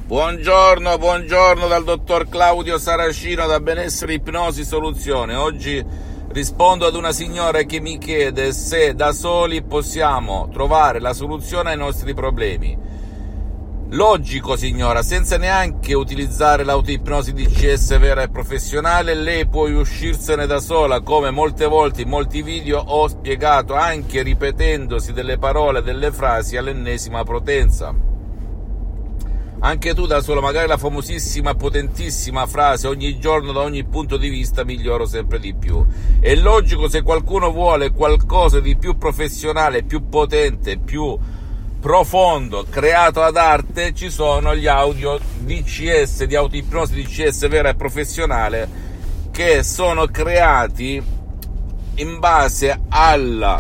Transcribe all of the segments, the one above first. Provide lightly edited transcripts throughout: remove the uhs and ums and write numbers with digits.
Buongiorno dal dottor Claudio Saracino da Benessere Ipnosi Soluzione. Oggi rispondo ad una signora che mi chiede se da soli possiamo trovare la soluzione ai nostri problemi. Logico, signora, senza neanche utilizzare l'autoipnosi DCS vera e professionale, lei può uscirsene da sola, come molte volte in molti video ho spiegato, anche ripetendosi delle parole, delle frasi all'ennesima potenza. Anche tu da solo, magari la famosissima, potentissima frase ogni giorno da ogni punto di vista miglioro sempre di più. È logico, se qualcuno vuole qualcosa di più professionale, più potente, più profondo, creato ad arte, ci sono gli audio DCS, di autoipnosi DCS vera e professionale, che sono creati in base al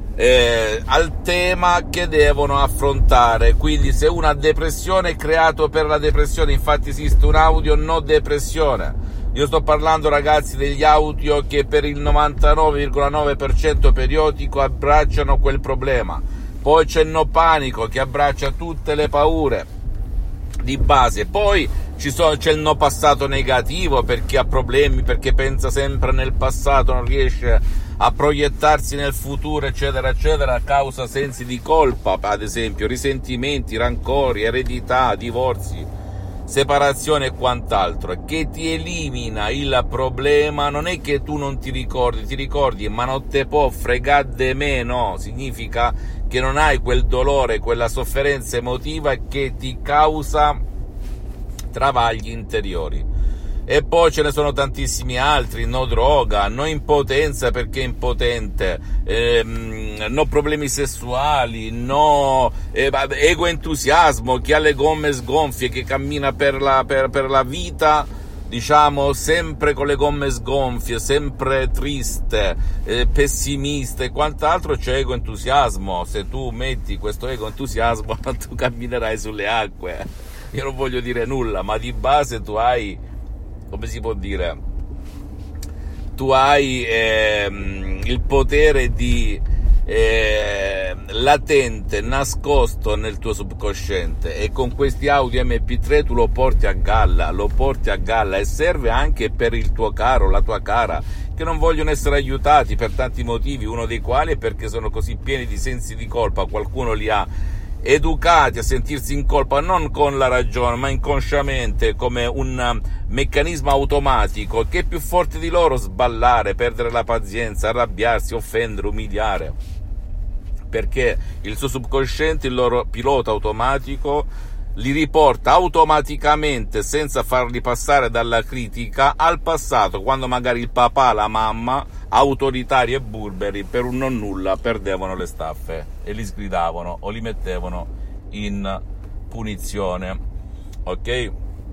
tema che devono affrontare. Quindi se uno ha depressione, è creato per la depressione. Infatti esiste un audio no depressione. Io sto parlando, ragazzi, degli audio che per il 99,9% periodico abbracciano quel problema. Poi c'è no panico, che abbraccia tutte le paure di base. Poi c'è il no passato negativo, perché ha problemi, perché pensa sempre nel passato, non riesce a proiettarsi nel futuro, eccetera eccetera, causa sensi di colpa, ad esempio risentimenti, rancori, eredità, divorzi, separazione e quant'altro, che ti elimina il problema. Non è che tu non ti ricordi, ma non te può fregare de meno. Significa che non hai quel dolore, quella sofferenza emotiva che ti causa travagli interiori. E poi ce ne sono tantissimi altri: no droga, no impotenza perché è impotente, no problemi sessuali, no ego entusiasmo, chi ha le gomme sgonfie, che cammina per la vita, diciamo, sempre con le gomme sgonfie, sempre triste, pessimista e quant'altro. C'è ego entusiasmo. Se tu metti questo ego entusiasmo, tu camminerai sulle acque. Io non voglio dire nulla, ma di base tu hai, come si può dire, tu hai il potere di latente, nascosto nel tuo subconsciente, e con questi audio MP3 tu lo porti a galla, e serve anche per il tuo caro, la tua cara, che non vogliono essere aiutati per tanti motivi, uno dei quali è perché sono così pieni di sensi di colpa. Qualcuno li ha educati a sentirsi in colpa, non con la ragione, ma inconsciamente, come un meccanismo automatico che è più forte di loro: sballare, perdere la pazienza, arrabbiarsi, offendere, umiliare, perché il suo subconsciente, il loro pilota automatico, li riporta automaticamente, senza farli passare dalla critica, al passato, quando magari il papà, la mamma, autoritari e burberi, per un non nulla perdevano le staffe e li sgridavano o li mettevano in punizione. Ok?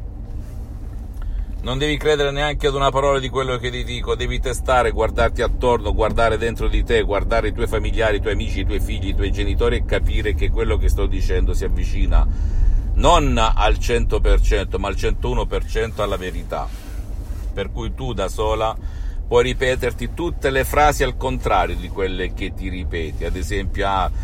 Non devi credere neanche ad una parola di quello che ti dico, devi testare, guardarti attorno, guardare dentro di te, guardare i tuoi familiari, i tuoi amici, i tuoi figli, i tuoi genitori, e capire che quello che sto dicendo si avvicina non al 100%, ma al 101% alla verità. Per cui tu da sola puoi ripeterti tutte le frasi al contrario di quelle che ti ripeti. Ad esempio,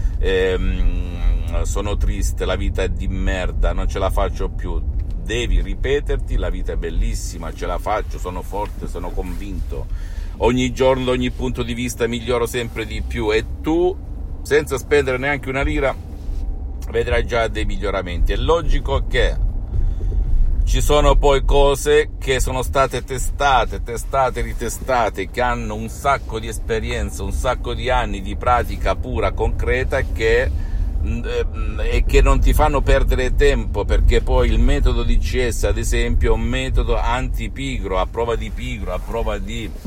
sono triste, la vita è di merda, non ce la faccio più. Devi ripeterti: la vita è bellissima, ce la faccio, sono forte, sono convinto, ogni giorno, da ogni punto di vista miglioro sempre di più. E tu, senza spendere neanche una lira, vedrai già dei miglioramenti. È logico che ci sono poi cose che sono state testate, ritestate, che hanno un sacco di esperienza, un sacco di anni di pratica pura, concreta, e che non ti fanno perdere tempo, perché poi il metodo DCS, ad esempio, è un metodo antipigro, a prova di pigro, a prova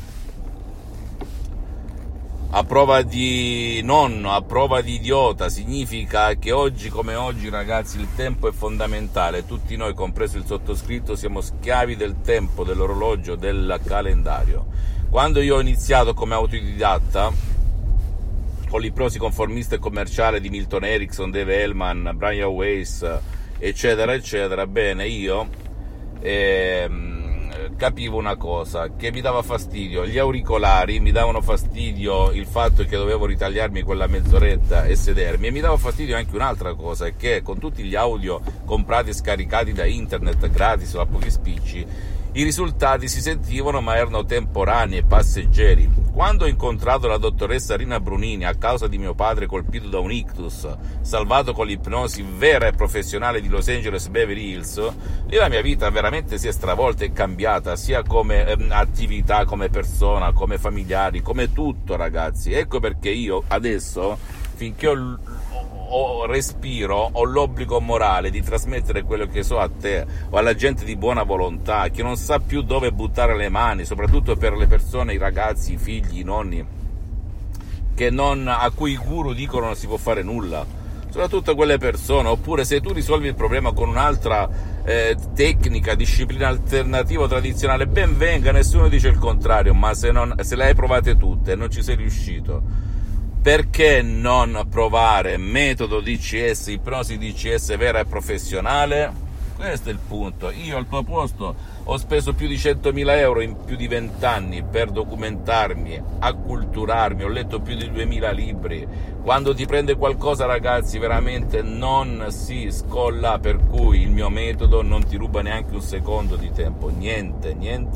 di nonno, a prova di idiota. Significa che oggi come oggi, ragazzi, il tempo è fondamentale. Tutti noi, compreso il sottoscritto, siamo schiavi del tempo, dell'orologio, del calendario. Quando io ho iniziato come autodidatta con l'ipnosi conformista e commerciale di Milton Erickson, Dave Hellman, Brian Weiss, eccetera eccetera, bene, io capivo una cosa che mi dava fastidio: gli auricolari mi davano fastidio, il fatto che dovevo ritagliarmi quella mezz'oretta e sedermi, e mi dava fastidio anche un'altra cosa, che con tutti gli audio comprati e scaricati da internet gratis o a pochi spicci, i risultati si sentivano ma erano temporanei e passeggeri. Quando ho incontrato la dottoressa Rina Brunini a causa di mio padre colpito da un ictus, salvato con l'ipnosi vera e professionale di Los Angeles Beverly Hills, lì la mia vita veramente si è stravolta e cambiata, sia come attività, come persona, come familiari, come tutto, ragazzi. Ecco perché io adesso, finché respiro, ho l'obbligo morale di trasmettere quello che so a te o alla gente di buona volontà che non sa più dove buttare le mani, soprattutto per le persone, i ragazzi, i figli, i nonni, a cui i guru dicono non si può fare nulla, soprattutto quelle persone. Oppure, se tu risolvi il problema con un'altra tecnica, disciplina alternativa o tradizionale, ben venga, nessuno dice il contrario, ma se le hai provate tutte e non ci sei riuscito, perché non provare metodo DCS, ipnosi DCS vera e professionale? Questo è il punto. Io al tuo posto ho speso più di 100.000 euro in più di 20 anni per documentarmi, acculturarmi, ho letto più di 2000 libri. Quando ti prende qualcosa, ragazzi, veramente non si scolla, per cui il mio metodo non ti ruba neanche un secondo di tempo, niente.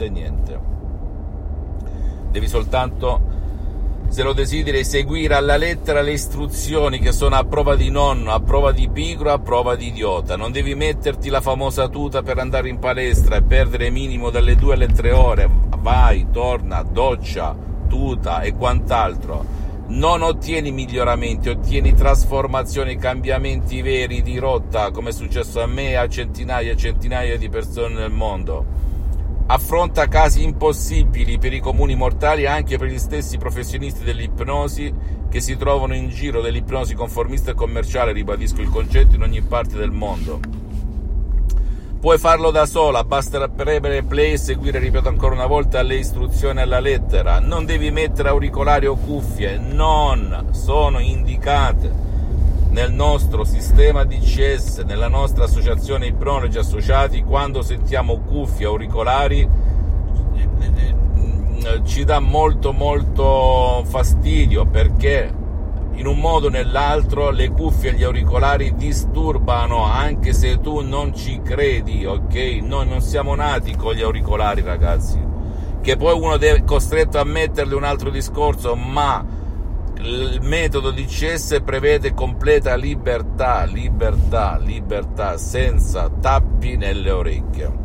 Devi soltanto, se lo desideri, seguire alla lettera le istruzioni, che sono a prova di nonno, a prova di pigro, a prova di idiota. Non devi metterti la famosa tuta per andare in palestra e perdere minimo dalle 2 alle 3 ore. Vai, torna, doccia, tuta e quant'altro. Non ottieni miglioramenti, ottieni trasformazioni, cambiamenti veri di rotta, come è successo a me e a centinaia e centinaia di persone nel mondo. Affronta casi impossibili per i comuni mortali, anche per gli stessi professionisti dell'ipnosi che si trovano in giro, dell'ipnosi conformista e commerciale, ribadisco il concetto, in ogni parte del mondo. Puoi farlo da sola, basta premere play e seguire, ripeto ancora una volta, le istruzioni alla lettera. Non devi mettere auricolari o cuffie, non sono indicate. Nel nostro sistema DCS, nella nostra associazione Ipnologi Associati, quando sentiamo cuffie, auricolari, ci dà molto fastidio, perché in un modo o nell'altro le cuffie e gli auricolari disturbano, anche se tu non ci credi, ok? Noi non siamo nati con gli auricolari, ragazzi. Che poi uno è costretto a metterli, un altro discorso, ma il metodo DCS prevede completa libertà, senza tappi nelle orecchie.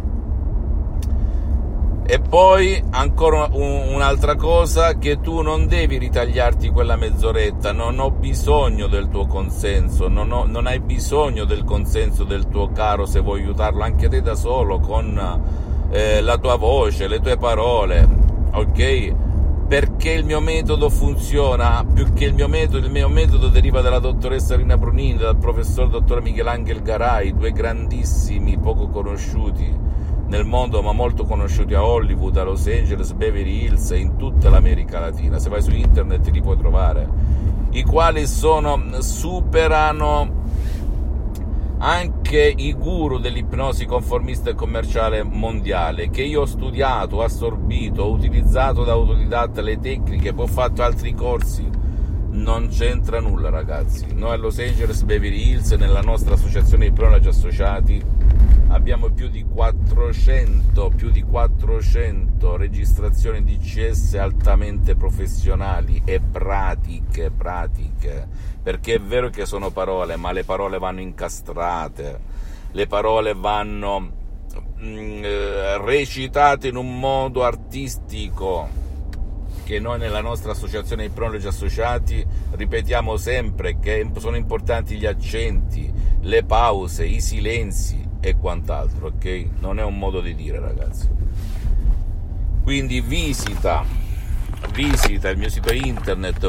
E poi ancora un'altra cosa, che tu non devi ritagliarti quella mezz'oretta, non ho bisogno del tuo consenso, non hai bisogno del consenso del tuo caro se vuoi aiutarlo, anche te da solo, con la tua voce, le tue parole, ok? Perché il mio metodo funziona, più che il mio metodo deriva dalla dottoressa Rina Brunini, dal professor dottor Michelangelo Garai, due grandissimi, poco conosciuti nel mondo ma molto conosciuti a Hollywood, a Los Angeles, Beverly Hills e in tutta l'America Latina. Se vai su internet li puoi trovare, i quali superano anche i guru dell'ipnosi conformista e commerciale mondiale, che io ho studiato, ho assorbito, ho utilizzato da autodidatta le tecniche, poi ho fatto altri corsi. Non c'entra nulla, ragazzi. Noi a Los Angeles Beverly Hills, nella nostra associazione Ipnologi Associati, abbiamo più di 400 registrazioni DCS altamente professionali e pratiche, perché è vero che sono parole, ma le parole vanno incastrate, le parole vanno recitate in un modo artistico, che noi nella nostra associazione Ipnologi Associati ripetiamo sempre, che sono importanti gli accenti, le pause, i silenzi e quant'altro, ok? Non è un modo di dire, ragazzi. Quindi visita il mio sito internet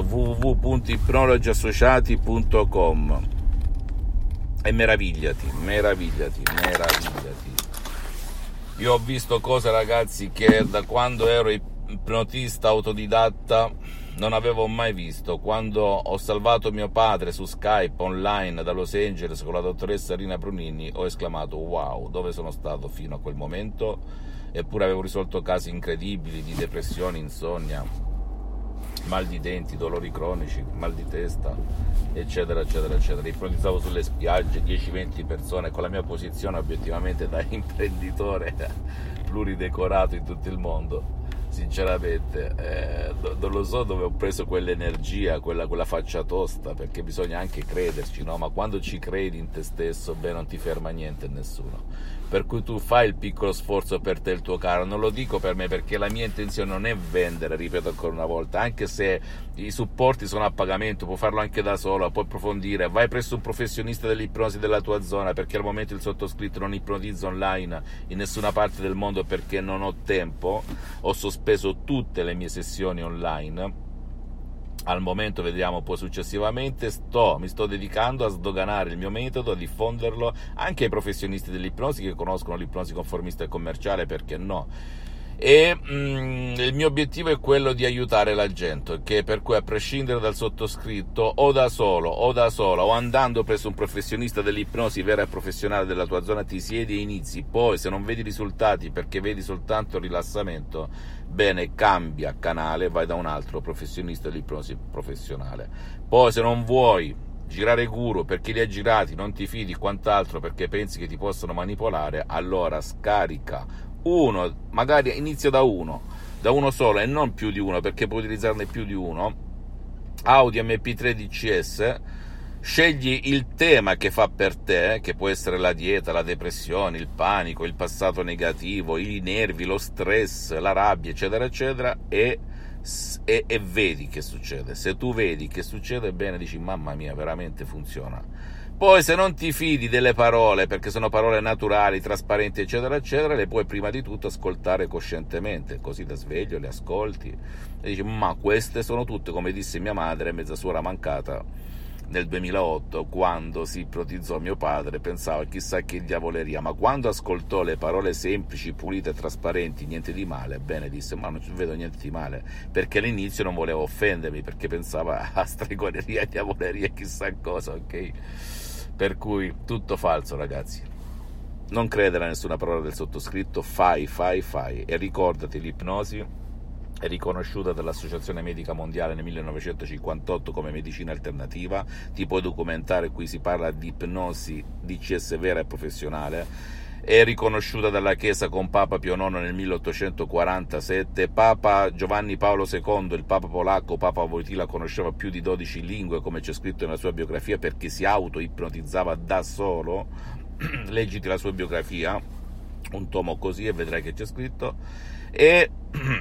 www.ipnologiassociati.com e meravigliati. Io ho visto cose, ragazzi, che da quando ero ipnotista autodidatta non avevo mai visto. Quando ho salvato mio padre su Skype online da Los Angeles con la dottoressa Rina Brunini, ho esclamato wow, dove sono stato fino a quel momento? eppure avevo risolto casi incredibili di depressione, insonnia, mal di denti, dolori cronici, mal di testa, eccetera eccetera eccetera. Ipnotizzavo sulle spiagge 10-20 persone con la mia posizione obiettivamente da imprenditore pluridecorato in tutto il mondo. Sinceramente non lo so dove ho preso quell'energia, quella faccia tosta, perché bisogna anche crederci, no? Ma quando ci credi in te stesso, beh, non ti ferma niente e nessuno. Per cui tu fai il piccolo sforzo per te e il tuo caro. Non lo dico per me, perché la mia intenzione non è vendere, ripeto ancora una volta, anche se i supporti sono a pagamento, puoi farlo anche da solo, puoi approfondire, vai presso un professionista dell'ipnosi della tua zona, perché al momento il sottoscritto non ipnotizza online in nessuna parte del mondo perché non ho tempo, ho sospeso tutte le mie sessioni online. Al momento, vediamo poi successivamente, mi sto dedicando a sdoganare il mio metodo, a diffonderlo anche ai professionisti dell'ipnosi che conoscono l'ipnosi conformista e commerciale, perché no? E il mio obiettivo è quello di aiutare la gente, che per cui, a prescindere dal sottoscritto, o da solo o andando presso un professionista dell'ipnosi vera e professionale della tua zona, ti siedi e inizi. Poi, se non vedi risultati perché vedi soltanto rilassamento, bene, cambia canale, vai da un altro professionista dell'ipnosi professionale. Poi, se non vuoi girare guru perché li hai girati, non ti fidi, quant'altro, perché pensi che ti possano manipolare, allora scarica uno, magari inizia da uno solo e non più di uno, perché puoi utilizzarne più di uno, Audio MP3 DCS, scegli il tema che fa per te, che può essere la dieta, la depressione, il panico, il passato negativo, i nervi, lo stress, la rabbia, eccetera eccetera, e vedi che succede. Se tu vedi che succede, bene, dici mamma mia, veramente funziona. Poi, se non ti fidi delle parole, perché sono parole naturali, trasparenti, eccetera eccetera, le puoi prima di tutto ascoltare coscientemente, così da sveglio le ascolti e dici ma queste sono tutte, come disse mia madre, mezza suora mancata, nel 2008, quando si ipotizzò mio padre, pensava chissà che diavoleria, ma quando ascoltò le parole semplici, pulite e trasparenti, niente di male, bene, disse ma non vedo niente di male, perché all'inizio non voleva offendermi, perché pensava a stregoneria, diavoleria, chissà cosa, ok? Per cui tutto falso, ragazzi. Non credere a nessuna parola del sottoscritto, fai, e ricordati, l'ipnosi è riconosciuta dall'Associazione Medica Mondiale nel 1958 come medicina alternativa. Ti puoi documentare, qui si parla di ipnosi DCS vera e professionale. È riconosciuta dalla Chiesa con Papa Pio IX nel 1847, Papa Giovanni Paolo II, il Papa polacco, Papa Wojtyla, conosceva più di 12 lingue, come c'è scritto nella sua biografia, perché si auto-ipnotizzava da solo. Leggiti la sua biografia, un tomo così, e vedrai che c'è scritto. E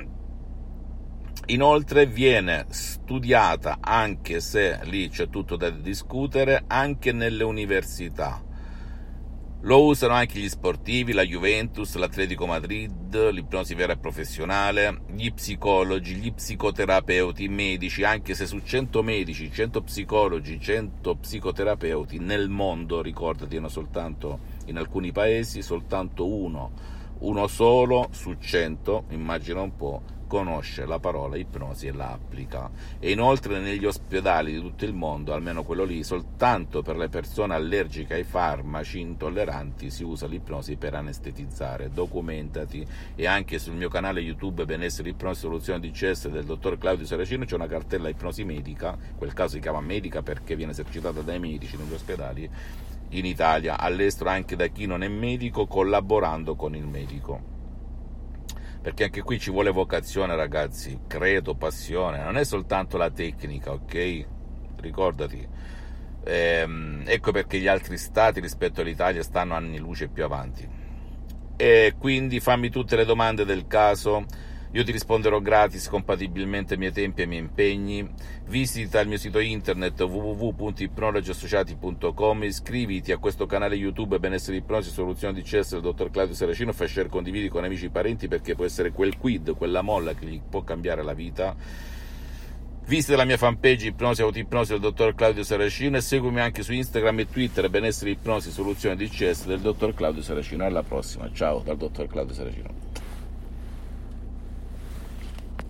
inoltre viene studiata, anche se lì c'è tutto da discutere, anche nelle università. Lo usano anche gli sportivi, la Juventus, l'Atletico Madrid, l'ipnosi vera e professionale, gli psicologi, gli psicoterapeuti, i medici, anche se su 100 medici, 100 psicologi, 100 psicoterapeuti nel mondo, ricordati, non soltanto in alcuni paesi, soltanto uno solo su 100, immagina un po', conosce la parola ipnosi e la applica. E inoltre negli ospedali di tutto il mondo, almeno quello lì, soltanto per le persone allergiche ai farmaci intolleranti si usa l'ipnosi per anestetizzare. Documentati. E anche sul mio canale YouTube Benessere Ipnosi Soluzione DCS del dottor Claudio Saracino c'è una cartella ipnosi medica, in quel caso si chiama medica perché viene esercitata dai medici negli ospedali in Italia, all'estero anche da chi non è medico, collaborando con il medico. Perché anche qui ci vuole vocazione, ragazzi, credo, passione, non è soltanto la tecnica, ok? Ricordati. Ecco perché gli altri stati rispetto all'Italia stanno anni luce più avanti. E quindi fammi tutte le domande del caso, io ti risponderò gratis, compatibilmente ai miei tempi e ai miei impegni. Visita il mio sito internet www.ipnologiassociati.com, iscriviti a questo canale YouTube Benessere Ipnosi Soluzione DCS del dottor Claudio Saracino, fai share, condividi con amici e parenti, perché può essere quel quid, quella molla che gli può cambiare la vita. Visita la mia fanpage Ipnosi Autoipnosi del dottor Claudio Saracino e seguimi anche su Instagram e Twitter Benessere Ipnosi Soluzione DCS del dottor Claudio Saracino. Alla prossima, ciao dal dottor Claudio Saracino.